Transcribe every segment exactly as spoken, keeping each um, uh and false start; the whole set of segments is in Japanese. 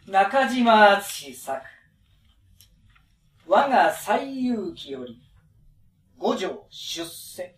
中島敦作我が西遊記より五条出世。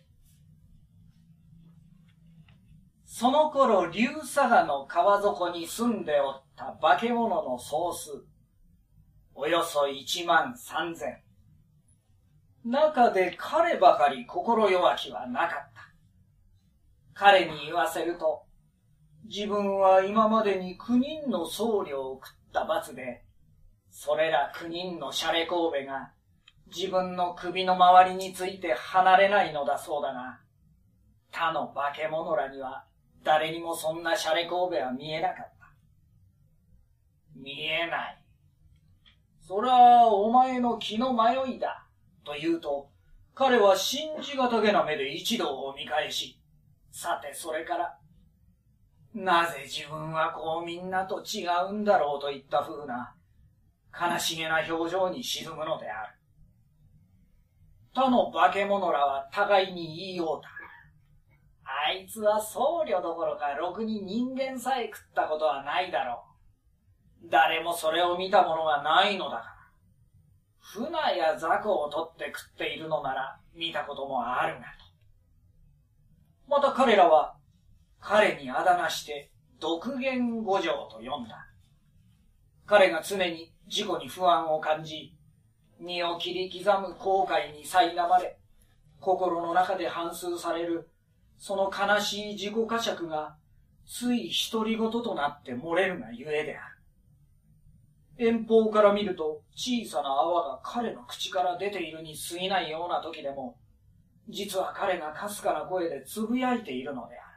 その頃竜佐賀の川底に住んでおった化け物の総数およそ一万三千。中で彼ばかり心弱きはなかった。彼に言わせると、自分は今までに九人の僧侶を食った罰で、それら九人のシャレ神戸が自分の首の周りについて離れないのだそうだが、他の化け物らには誰にもそんなシャレ神戸は見えなかった。見えない。それはお前の気の迷いだ。と言うと、彼は信じがたげな目で一同を見返し、さてそれから、なぜ自分はこうみんなと違うんだろうといった風な、悲しげな表情に沈むのである。他の化け物らは互いに言いようた。あいつは僧侶どころかろくに人間さえ食ったことはないだろう。誰もそれを見たものがないのだから。船や雑魚を取って食っているのなら見たこともあるがと。また彼らは彼にあだ名して独眼五条と呼んだ。彼が常に自己に不安を感じ、身を切り刻む後悔に苛まれ、心の中で反芻されるその悲しい自己呵責がつい独り言となって漏れるがゆえである。遠方から見ると小さな泡が彼の口から出ているに過ぎないような時でも、実は彼がかすかな声でつぶやいているのである。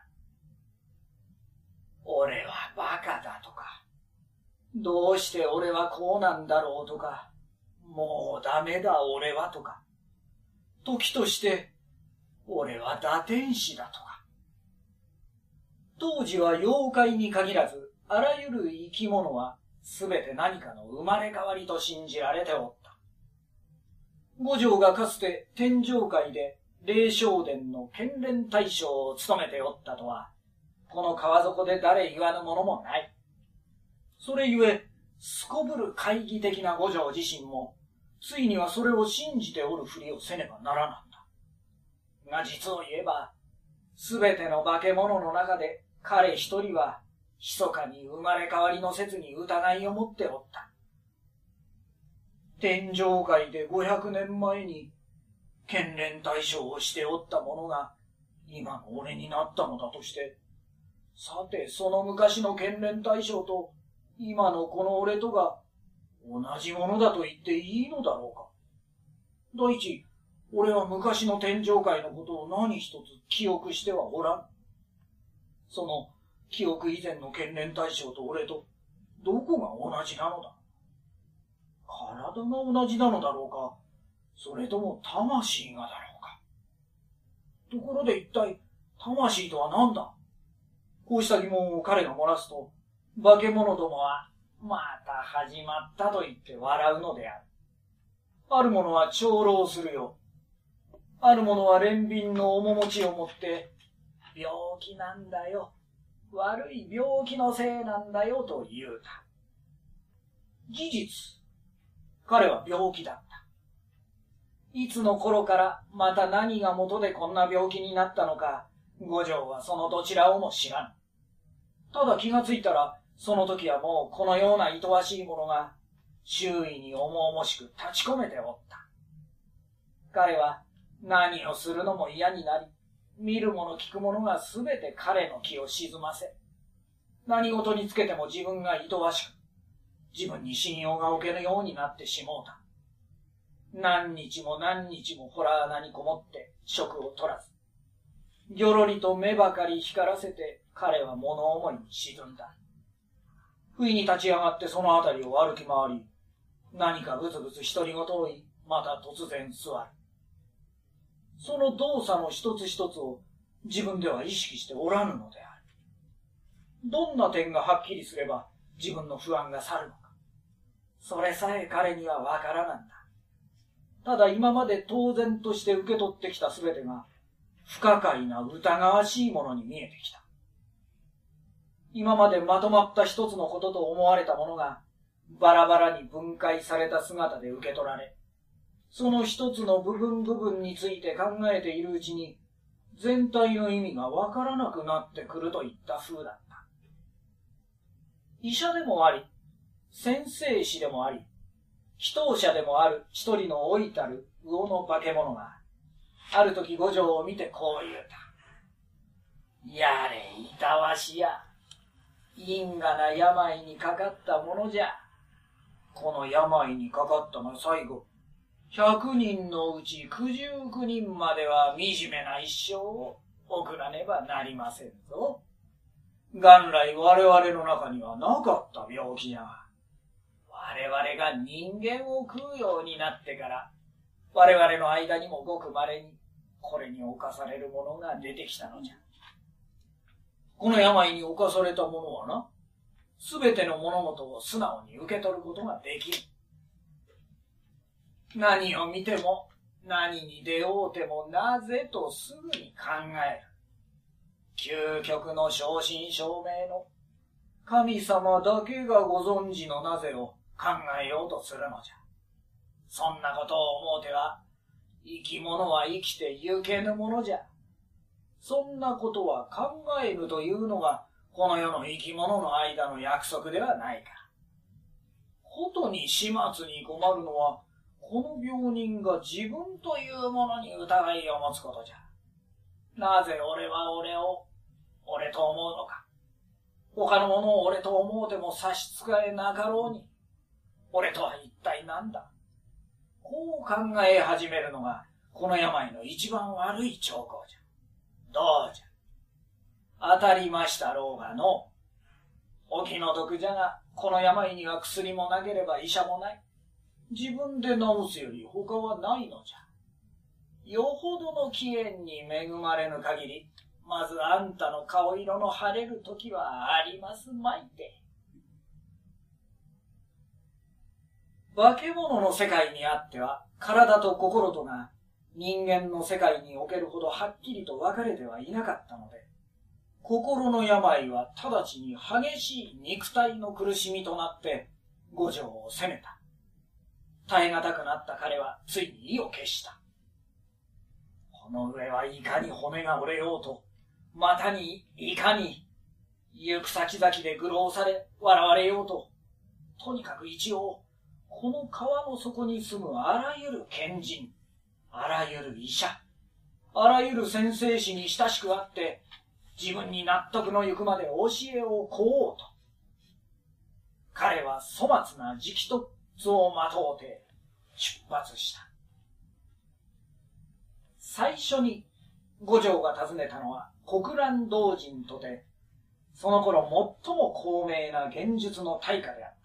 俺はバカだとか、どうして俺はこうなんだろうとか、もうダメだ俺はとか、時として俺は堕天使だとか。当時は妖怪に限らず、あらゆる生き物はすべて何かの生まれ変わりと信じられておった。五条がかつて天上界で霊正殿の剣連大将を務めておったとは、この川底で誰言わぬものもない。それゆえ、すこぶる懐疑的な五条自身も、ついにはそれを信じておるふりをせねばならなんだ。が実を言えば、すべての化け物の中で彼一人は、密かに生まれ変わりの説に疑いを持っておった。天上界でごひゃくねんまえに剣連大将をしておった者が今の俺になったのだとして、さてその昔の剣連大将と今のこの俺とが同じものだと言っていいのだろうか。第一、俺は昔の天上界のことを何一つ記憶してはおらん。その記憶以前の剣連大将と俺とどこが同じなのだ。体が同じなのだろうか、それとも魂がだろうか。ところで一体魂とは何だ。こうした疑問を彼が漏らすと、化け物どもはまた始まったと言って笑うのである。ある者は長老するよ。ある者は憐憫の面持ちを持って、病気なんだよ、悪い病気のせいなんだよと言うた。事実、彼は病気だった。いつの頃からまた何が元でこんな病気になったのか、五条はそのどちらをも知らぬ。ただ気がついたら、その時はもうこのようないとわしいものが周囲に重々しく立ち込めておった。彼は何をするのも嫌になり、見るもの聞くものがすべて彼の気を沈ませ、何事につけても自分がいとわしく、自分に信用がおけぬようになってしもうた。何日も何日も洞穴にこもって食を取らず、ぎょろりと目ばかり光らせて彼は物思いに沈んだ。不意に立ち上がってそのあたりを歩き回り、何かブツブツ独り言を言い、また突然座る。その動作の一つ一つを自分では意識しておらぬのである。どんな点がはっきりすれば自分の不安が去るのか、それさえ彼にはわからなんだ。ただ今まで当然として受け取ってきたすべてが不可解な疑わしいものに見えてきた。今までまとまった一つのことと思われたものがバラバラに分解された姿で受け取られ、その一つの部分部分について考えているうちに、全体の意味がわからなくなってくるといった風だった。医者でもあり、先生師でもあり、祈祷者でもある一人の老いたる魚の化け物が、ある時五条を見てこう言うた。やれ、いたわしや。因果な病にかかったものじゃ。この病にかかったが最後、百人のうち九十九人までは惨めな一生を送らねばなりませんぞ。元来我々の中にはなかった病気じゃが、我々が人間を食うようになってから、我々の間にもごく稀にこれに侵されるものが出てきたのじゃ。この病に侵された者はな、すべての物事を素直に受け取ることができる。何を見ても、何に出ようてもなぜとすぐに考える。究極の正真正銘の神様だけがご存知のなぜを考えようとするのじゃ。そんなことを思うては、生き物は生きてゆけぬものじゃ。そんなことは考えぬというのが、この世の生き物の間の約束ではないか。ことに始末に困るのは、この病人が自分というものに疑いを持つことじゃ。なぜ俺は俺を、俺と思うのか。他のものを俺と思うても差し支えなかろうに、俺とは一体何だ。こう考え始めるのが、この病の一番悪い兆候じゃ。どうじゃ。当たりましたろうがの。お気の毒じゃが、この病には薬もなければ医者もない。自分で治すより他はないのじゃ。よほどの機縁に恵まれぬ限り、まずあんたの顔色の晴れる時はありますまいて。化け物の世界にあっては、体と心とが人間の世界におけるほどはっきりと分かれてはいなかったので、心の病は直ちに激しい肉体の苦しみとなって五条を責めた。耐え難くなった彼はついに意を決した。この上はいかに骨が折れようと、またにいかに行く先々で愚弄され笑われようと、とにかく一応この川の底に住むあらゆる賢人、あらゆる医者、あらゆる先生師に親しくあって自分に納得のゆくまで教えを請おうと。彼は粗末な直突をまとうて出発した。最初に五条が訪ねたのは国蘭道人とて、その頃最も高名な幻術の大家であった。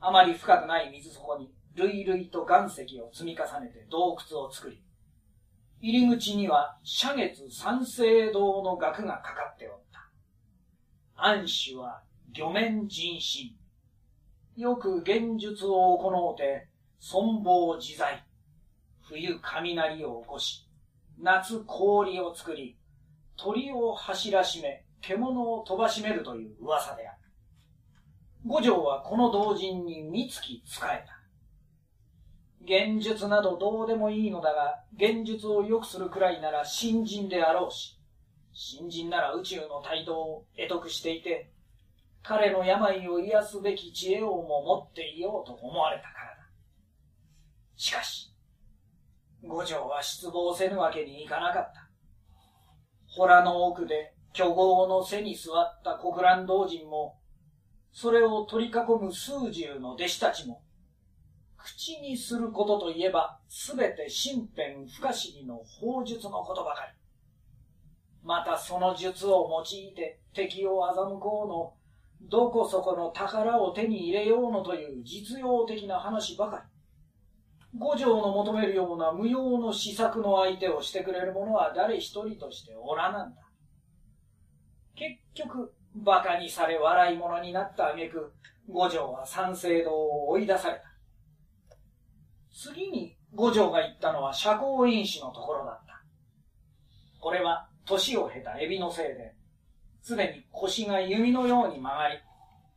あまり深くない水底に類々と岩石を積み重ねて洞窟を作り、入り口には斜月三聖堂の額がかかっておった。暗首は魚面人心。よく幻術を行うて、存亡自在。冬雷を起こし、夏氷を作り、鳥を走らしめ、獣を飛ばしめるという噂である。五条はこの同人に三月仕えた。幻術などどうでもいいのだが、幻術を良くするくらいなら新人であろうし、新人なら宇宙の態度を得得していて、彼の病を癒すべき知恵をも持っていようと思われたからだ。しかし、五条は失望せぬわけにいかなかった。洞の奥で巨豪の背に座った国蘭道人も、それを取り囲む数十の弟子たちも、口にすることといえば、すべて身辺不可思議の法術のことばかり。またその術を用いて敵を欺こうの、どこそこの宝を手に入れようのという実用的な話ばかり。五条の求めるような無用の施策の相手をしてくれる者は誰一人としておらなんだ。結局、馬鹿にされ笑い者になった挙句、五条は三聖堂を追い出された。次に五条が行ったのは社交因子のところだった。これは年を経たエビのせいで、すでに腰が弓のように曲がり、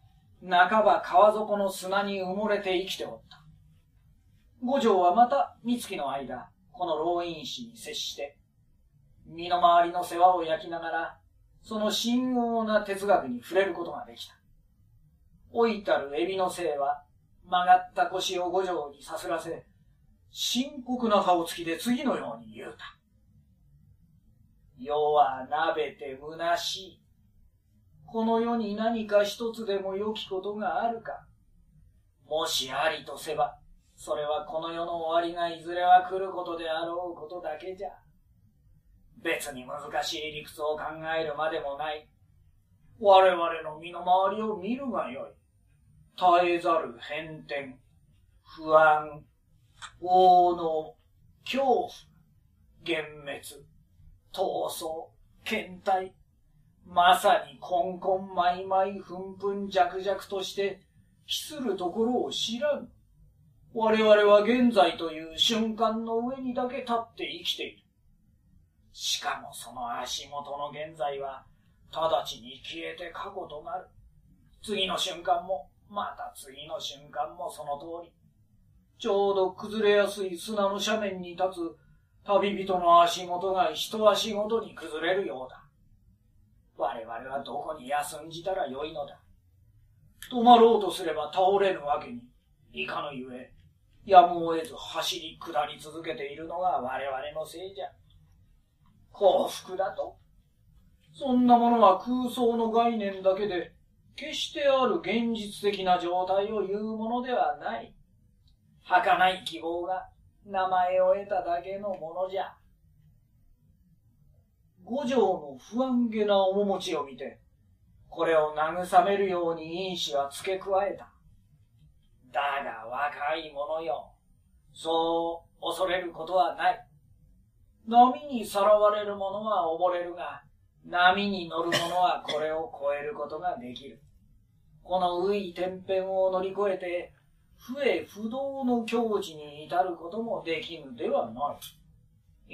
半ば川底の砂に埋もれて生きておった。五条はまた三月の間、この老院士に接して、身の回りの世話を焼きながら、その深奥な哲学に触れることができた。老いたるエビの精は、曲がった腰を五条にさすらせ、深刻な顔つきで次のように言うた。世はなべて虚しい。この世に何か一つでも良きことがあるか。もしありとせば、それはこの世の終わりがいずれは来ることであろうことだけじゃ。別に難しい理屈を考えるまでもない。我々の身の回りを見るがよい。絶えざる変転、不安、応能、恐怖、幻滅、闘争、倦怠、まさにこんこんまいまいふんふんじゃくじゃくとして期するところを知らぬ。我々は現在という瞬間の上にだけ立って生きている。しかもその足元の現在は直ちに消えて過去となる。次の瞬間もまた次の瞬間もその通り。ちょうど崩れやすい砂の斜面に立つ旅人の足元が一足ごとに崩れるようだ。我々はどこに休んじたらよいのだ。止まろうとすれば倒れぬわけにいかぬゆえ、やむを得ず走り下り続けているのが我々のせいじゃ。幸福だと？そんなものは空想の概念だけで、決してある現実的な状態を言うものではない。儚い希望が名前を得ただけのものじゃ。五条の不安げな面持ちを見て、これを慰めるように院士は付け加えた。だが若い者よ、そう恐れることはない。波にさらわれる者は溺れるが、波に乗る者はこれを越えることができる。この浮い天変を乗り越えて、不へ不動の境地に至ることもできぬではない。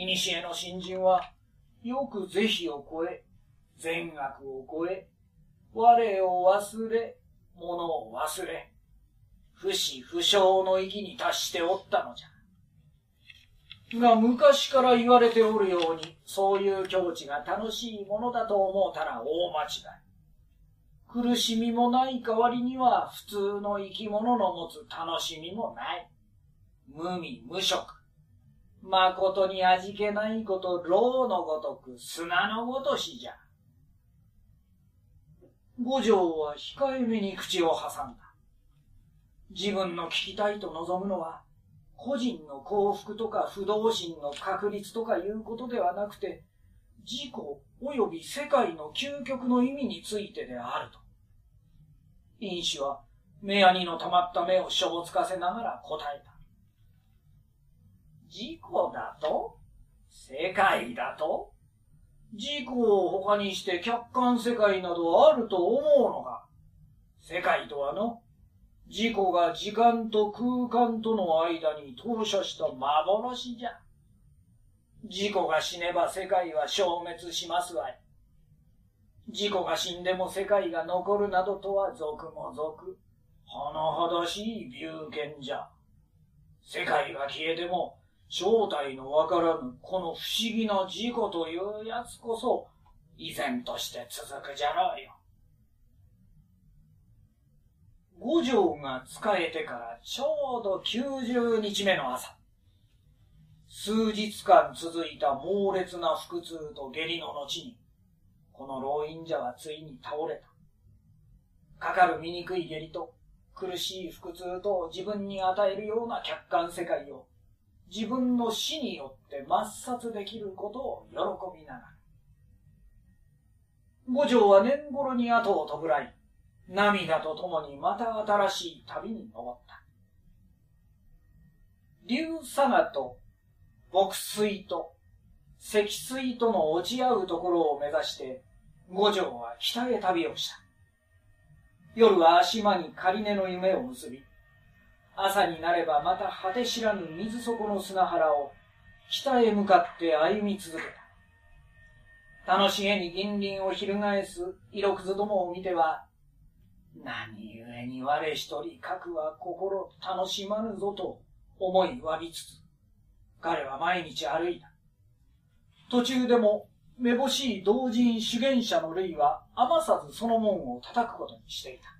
古の新人は、よく是非を超え、善悪を超え、我を忘れ、物を忘れ、不死不傷の域に達しておったのじゃ。が昔から言われておるように、そういう境地が楽しいものだと思うたら大間違い。苦しみもない代わりには普通の生き物の持つ楽しみもない。無味無色。誠に味気ないこと、蝋のごとく砂のごとしじゃ。五条は控えめに口を挟んだ。自分の聞きたいと望むのは、個人の幸福とか不動心の確立とかいうことではなくて、自己及び世界の究極の意味についてであると。院士は目やにの溜まった目をしょぼつかせながら答えた。自己だと？世界だと？自己を他にして客観世界などあると思うのか？世界とはの、自己が時間と空間との間に投射した幻じゃ。自己が死ねば世界は消滅しますわい。自己が死んでも世界が残るなどとは俗も俗、甚だしい謬見じゃ。世界が消えても正体のわからぬこの不思議な自己というやつこそ依然として続くじゃろうよ。五条が仕えてからちょうどきゅうじゅうにちめの朝、数日間続いた猛烈な腹痛と下痢の後に、この老院者はついに倒れた。かかる醜い下痢と苦しい腹痛と自分に与えるような客観世界を自分の死によって抹殺できることを喜びながら。五条は年頃に後を弔い、涙とともにまた新しい旅に登った。流佐賀と牧水と積水との落ち合うところを目指して五条は北へ旅をした。夜は足間に仮寝の夢を結び、朝になればまた果て知らぬ水底の砂原を北へ向かって歩み続けた。楽しげに銀鱗を翻す色くずどもを見ては、 何故に我一人かくは心楽しまぬぞと思いわびつつ、彼は毎日歩いた。途中でもめぼしい同人修験者の類は余さずその門を叩くことにしていた。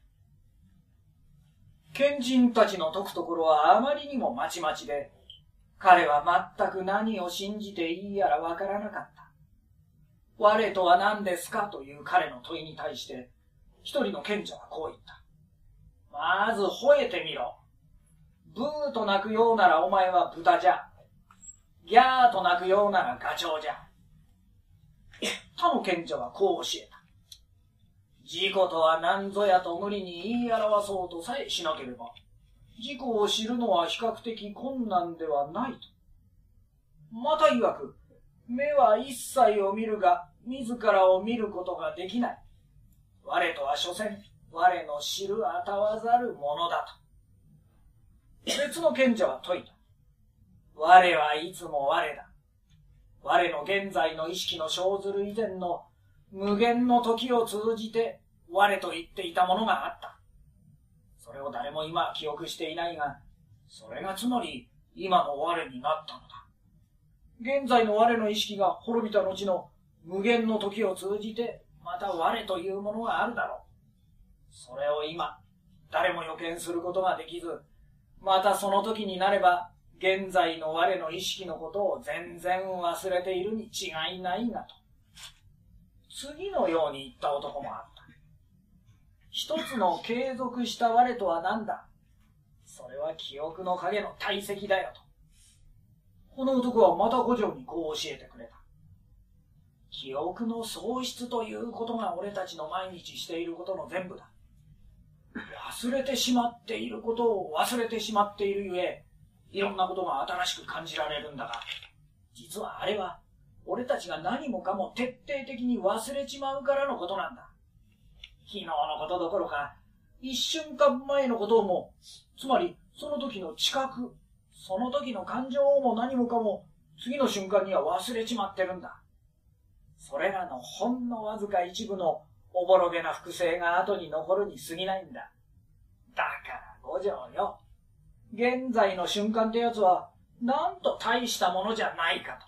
賢人たちの説くところはあまりにもまちまちで、彼は全く何を信じていいやらわからなかった。我とは何ですかという彼の問いに対して、一人の賢者はこう言った。まず吠えてみろ。ブーと鳴くようならお前は豚じゃ。ギャーと鳴くようならガチョウじゃ。他の賢者はこう教えた。自己とは何ぞやと無理に言い表そうとさえしなければ、自己を知るのは比較的困難ではないと。また曰く、目は一切を見るが、自らを見ることができない。我とは所詮、我の知るあたわざるものだと。別の賢者は説いた。我はいつも我だ。我の現在の意識の生ずる以前の無限の時を通じて我と言っていたものがあった。それを誰も今は記憶していないが、それがつまり今の我になったのだ。現在の我の意識が滅びた後の無限の時を通じてまた我というものがあるだろう。それを今誰も予見することができず、またその時になれば現在の我の意識のことを全然忘れているに違いないがと。次のように言った男もあった。一つの継続した我とは何だ。それは記憶の影の体積だよと。この男はまた五条にこう教えてくれた。記憶の喪失ということが俺たちの毎日していることの全部だ。忘れてしまっていることを忘れてしまっているゆえ、いろんなことが新しく感じられるんだが、実はあれは俺たちが何もかも徹底的に忘れちまうからのことなんだ。昨日のことどころか、一瞬間前のことをも、つまりその時の知覚、その時の感情をも何もかも次の瞬間には忘れちまってるんだ。それらのほんのわずか一部のおぼろげな複製が後に残るに過ぎないんだ。だから五条よ。現在の瞬間ってやつはなんと大したものじゃないかと。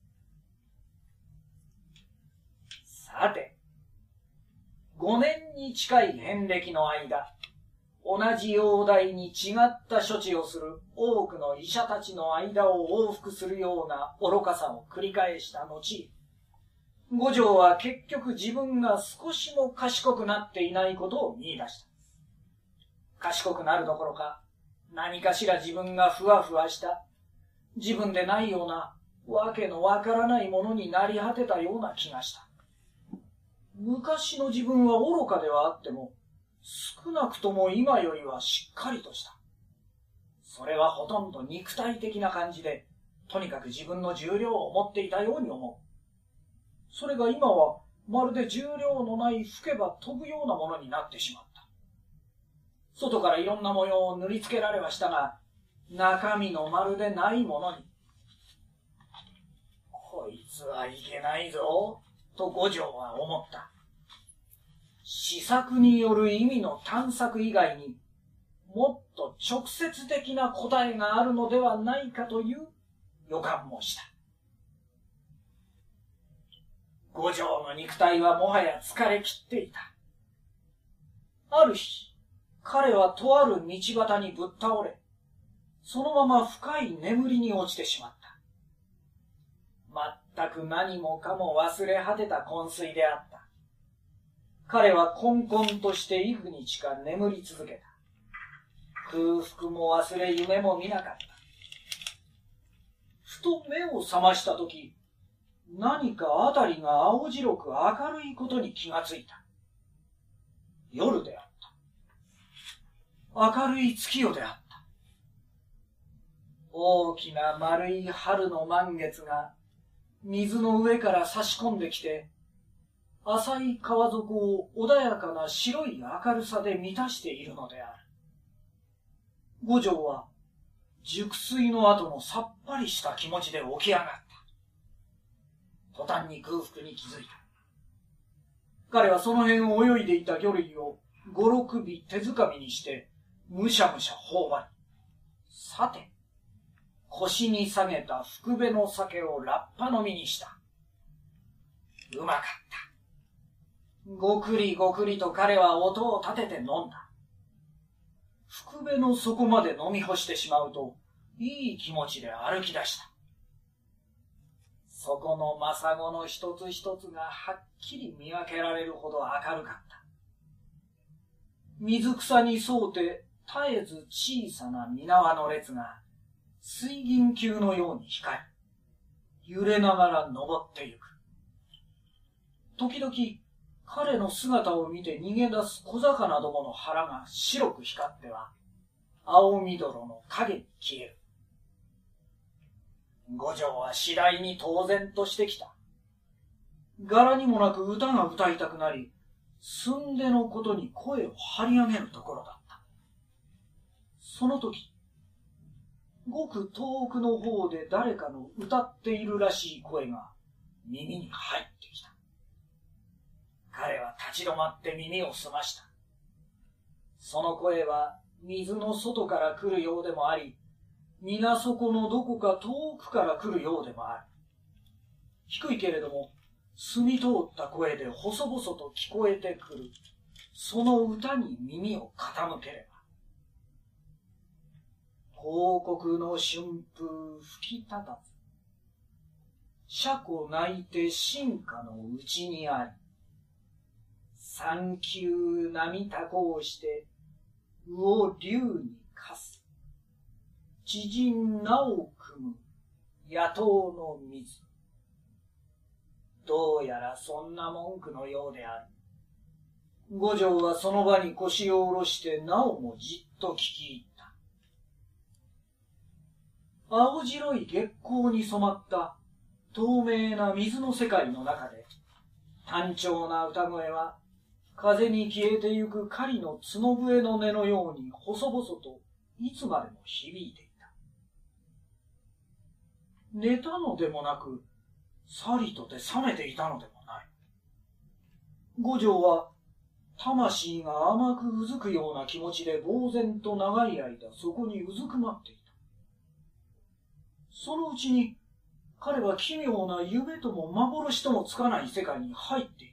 さて、五年に近い遍歴の間、同じ容体に違った処置をする多くの医者たちの間を往復するような愚かさを繰り返した後、五条は結局自分が少しも賢くなっていないことを見出した。賢くなるどころか、何かしら自分がふわふわした、自分でないような、わけのわからないものになり果てたような気がした。昔の自分は愚かではあっても、少なくとも今よりはしっかりとした。それはほとんど肉体的な感じで、とにかく自分の重量を持っていたように思う。それが今はまるで重量のない吹けば飛ぶようなものになってしまった。外からいろんな模様を塗りつけられはしたが、中身のまるでないものに。こいつはいけないぞ、と五条は思った。思索による意味の探索以外にもっと直接的な答えがあるのではないかという予感もした。五条の肉体はもはや疲れ切っていた。ある日、彼はとある道端にぶっ倒れ、そのまま深い眠りに落ちてしまった。全く何もかも忘れ果てた昏睡であった。彼はこんこんとして幾日か眠り続けた。空腹も忘れ夢も見なかった。ふと目を覚ましたとき、何かあたりが青白く明るいことに気がついた。夜であった。明るい月夜であった。大きな丸い春の満月が水の上から差し込んできて、浅い川底を穏やかな白い明るさで満たしているのである。五条は熟睡の後のさっぱりした気持ちで起き上がった。途端に空腹に気づいた。彼はその辺を泳いでいた魚類を五六尾手づかみにして、むしゃむしゃ頬張り、さて、腰に下げた福部の酒をラッパ飲みにした。うまかった。ごくりごくりと彼は音を立てて飲んだ。福部の底まで飲み干してしまうと、いい気持ちで歩き出した。そこのマサゴの一つ一つがはっきり見分けられるほど明るかった。水草に沿うて絶えず小さな水輪の列が水銀球のように光り、揺れながら登ってゆく。時々彼の姿を見て逃げ出す小魚どもの腹が白く光っては、青みどろの影に消える。五条は次第に当然としてきた。柄にもなく歌が歌いたくなり、すんでのことに声を張り上げるところだった。その時、ごく遠くの方で誰かの歌っているらしい声が耳に入ってきた。彼は立ち止まって耳を澄ました。その声は水の外から来るようでもあり、水底のどこか遠くから来るようでもある。低いけれども、澄み通った声で細々と聞こえてくる。その歌に耳を傾ければ。広告の春風吹き立たず。車庫泣いて進化のうちにあり。三球波たこうして、魚竜にかす。知人名を組む野党の水。どうやらそんな文句のようである。五条はその場に腰を下ろしてなおもじっと聞き入った。青白い月光に染まった透明な水の世界の中で、単調な歌声は風に消えてゆく狩りの角笛の音のように細々といつまでも響いていた。寝たのでもなく、さりとて覚めていたのでもない。五条は魂が甘くうずくような気持ちで呆然と長い間そこにうずくまっていた。そのうちに彼は奇妙な夢とも幻ともつかない世界に入っていった。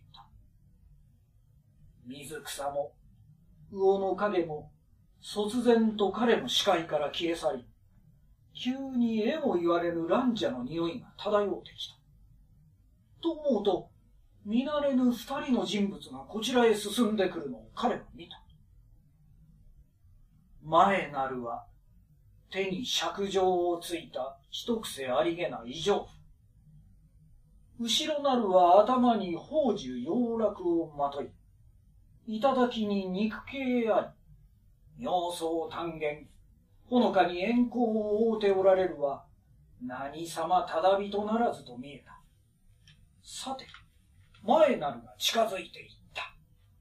水草も魚の影も突然と彼の視界から消え去り、急に絵も言われぬ蘭者の匂いが漂ってきた。と思うと、見慣れぬ二人の人物がこちらへ進んでくるのを彼は見た。前なるは、手に尺状をついた一癖ありげな異常婦。後ろなるは頭に宝珠洋楽をまとい、頂に肉系あり、妙相単元、ほのかに円光を覆うておられるは、何様ただ人ならずと見えた。さて、前なるが近づいていった。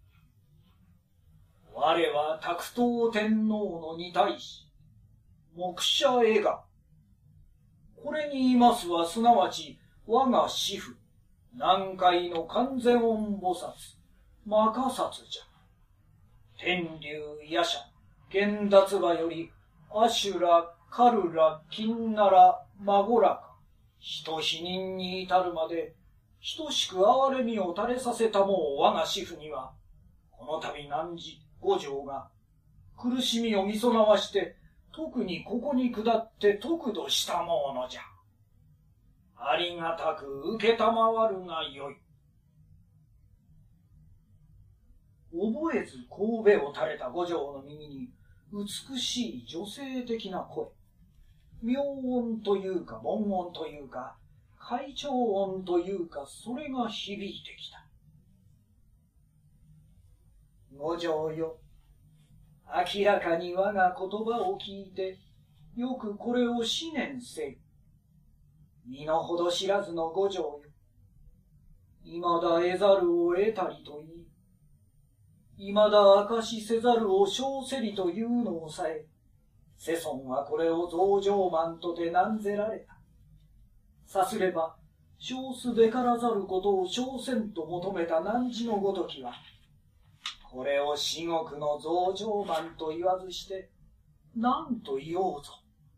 我は沢東天皇のに対し、目者絵が。これにいますはすなわち我が師父、南海の完全音菩薩、摩訶薩じゃ。天竜夜叉、玄達馬より、アシュラ、カルラ、キンナラ、マゴラカ、人否認に至るまで、等しく哀れみを垂れさせたもう我が師父には、この度汝五条が、苦しみをみそなわして、特にここに下って得度したものじゃ。ありがたく受けたまわるがよい。覚えず神戸を垂れた五条の耳に、美しい女性的な声。妙音というか、悶音というか、会長音というか、それが響いてきた。五条よ、明らかに我が言葉を聞いて、よくこれを思念せよ。身の程知らずの五条よ、未だ得ざるを得たりと言い、未だ明かしせざるを称せりというのをさえ、世尊はこれを増上慢とて何ぜられた。さすれば、称すべからざることを称せんと求めた汝のごときは、 これを至極の増上慢と言わずして、何と言おうぞ。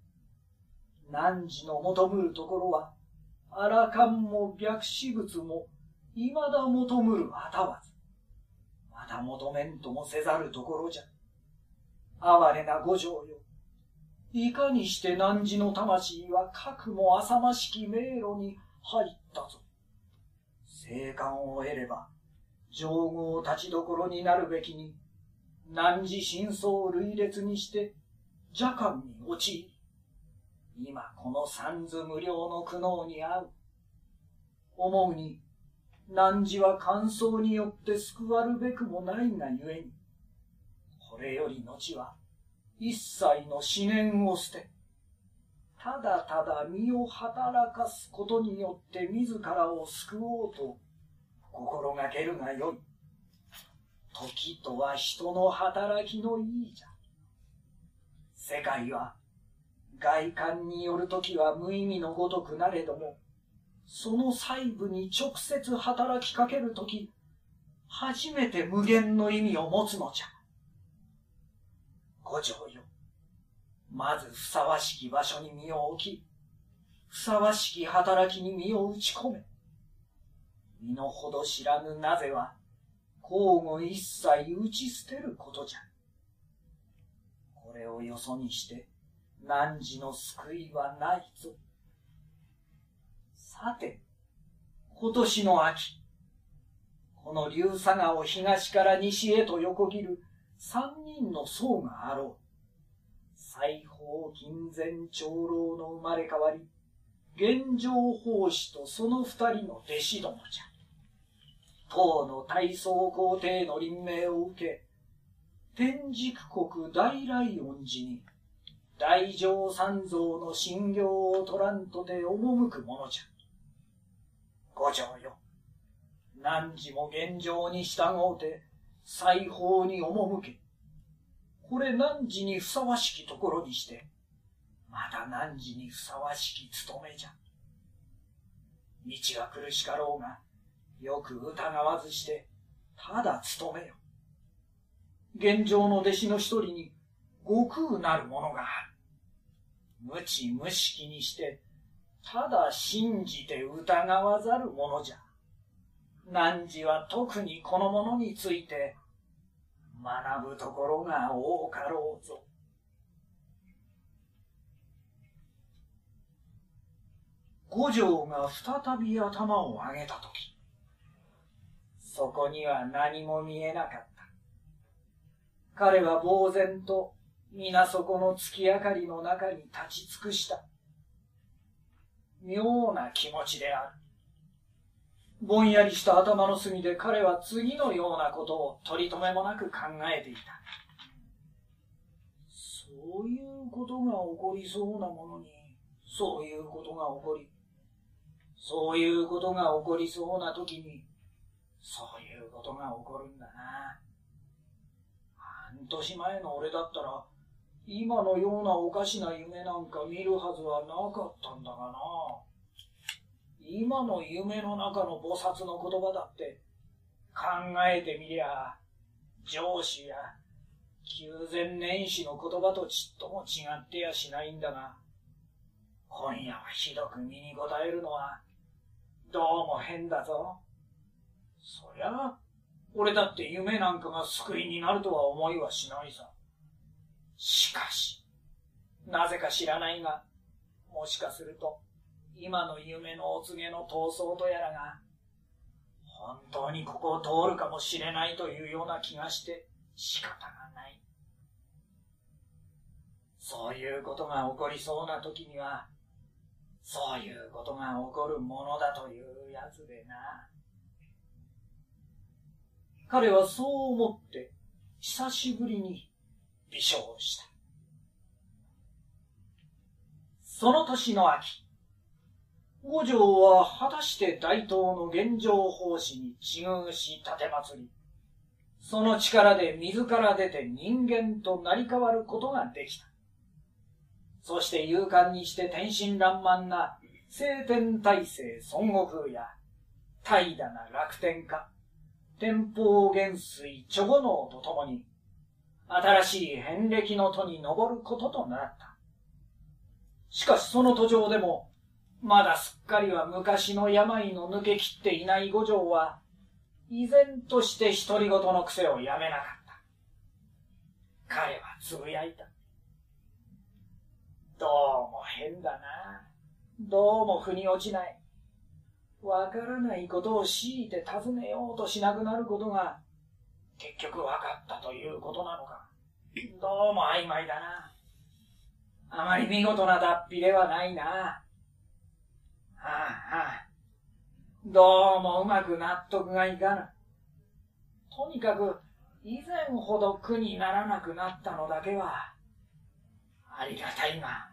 汝の求むるところは、あらかんも白紙物も、いまだ求むるあたわず。また求めんともせざるところじゃ。哀れな五条よ。いかにして汝の魂はかくも浅ましき迷路に入ったぞ。生還を得れば、上号立ちどころになるべきに、汝真相類列にして、邪感に陥り、今この三途無量の苦悩に遭う。思うに、汝は感想によって救わるべくもないがゆえに、これより後は、一切の思念を捨て、ただただ身を働かすことによって自らを救おうと心がけるがよい。時とは人の働きのいいじゃ。世界は外観によるときは無意味のごとくなれども、その細部に直接働きかけるとき、初めて無限の意味を持つのじゃ。五条よ。まずふさわしき場所に身を置き、ふさわしき働きに身を打ち込め。身の程知らぬなぜは、交互一切打ち捨てることじゃ。これをよそにして、汝の救いはないぞ。さて、今年の秋、この竜佐川を東から西へと横切る三人の僧があろう。西方金前長老の生まれ変わり、玄奘法師とその二人の弟子どもじゃ。唐の大宋皇帝の任命を受け、天竺国大来恩寺に大乗三蔵の信行を取らんとて赴くものじゃ。五条よ、汝も現状に従うて西方に赴け、これ汝にふさわしきところにして、また汝にふさわしき務めじゃ。道は苦しかろうが、よく疑わずして、ただ務めよ。現状の弟子の一人に、悟空なるものがある。無知無識にして、ただ信じて疑わざるものじゃ。汝は特にこのものについて、学ぶところが多かろうぞ。五条が再び頭を上げたとき、そこには何も見えなかった。彼は呆然と皆そこの月明かりの中に立ち尽くした。妙な気持ちである。ぼんやりした頭の隅で彼は次のようなことを取り留めもなく考えていた。そういうことが起こりそうなものに、そういうことが起こり、そういうことが起こりそうな時に、そういうことが起こるんだな。半年前の俺だったら、今のようなおかしな夢なんか見るはずはなかったんだがな。今の夢の中の菩薩の言葉だって考えてみりゃ上主や九千年史の言葉とちっとも違ってやしないんだが、今夜はひどく身にこたえるのはどうも変だぞ。そりゃ俺だって夢なんかが救いになるとは思いはしないさ。しかしなぜか知らないが、もしかすると今の夢のお告げの闘争とやらが本当にここを通るかもしれないというような気がして仕方がない。そういうことが起こりそうな時には、そういうことが起こるものだというやつでな。彼はそう思って久しぶりに微笑した。その年の秋、五条は果たして大東の玄奘法師に治遇し立て祭り、その力で自ら出て人間となり変わることができた。そして勇敢にして天真爛漫な聖天大聖孫悟空や怠惰な楽天家、 天保元帥諸五能とともに、新しい遍歴の途に登ることとなった。しかしその途上でも、まだすっかりは昔の病の抜けきっていない五条は、依然として独り言の癖をやめなかった。彼はつぶやいた。どうも変だな。どうも腑に落ちない。わからないことを強いて尋ねようとしなくなることが、結局わかったということなのか。どうも曖昧だな。あまり見事な脱皮ではないな。はあはあ、どうもうまく納得がいかぬ。とにかく以前ほど苦にならなくなったのだけはありがたいが、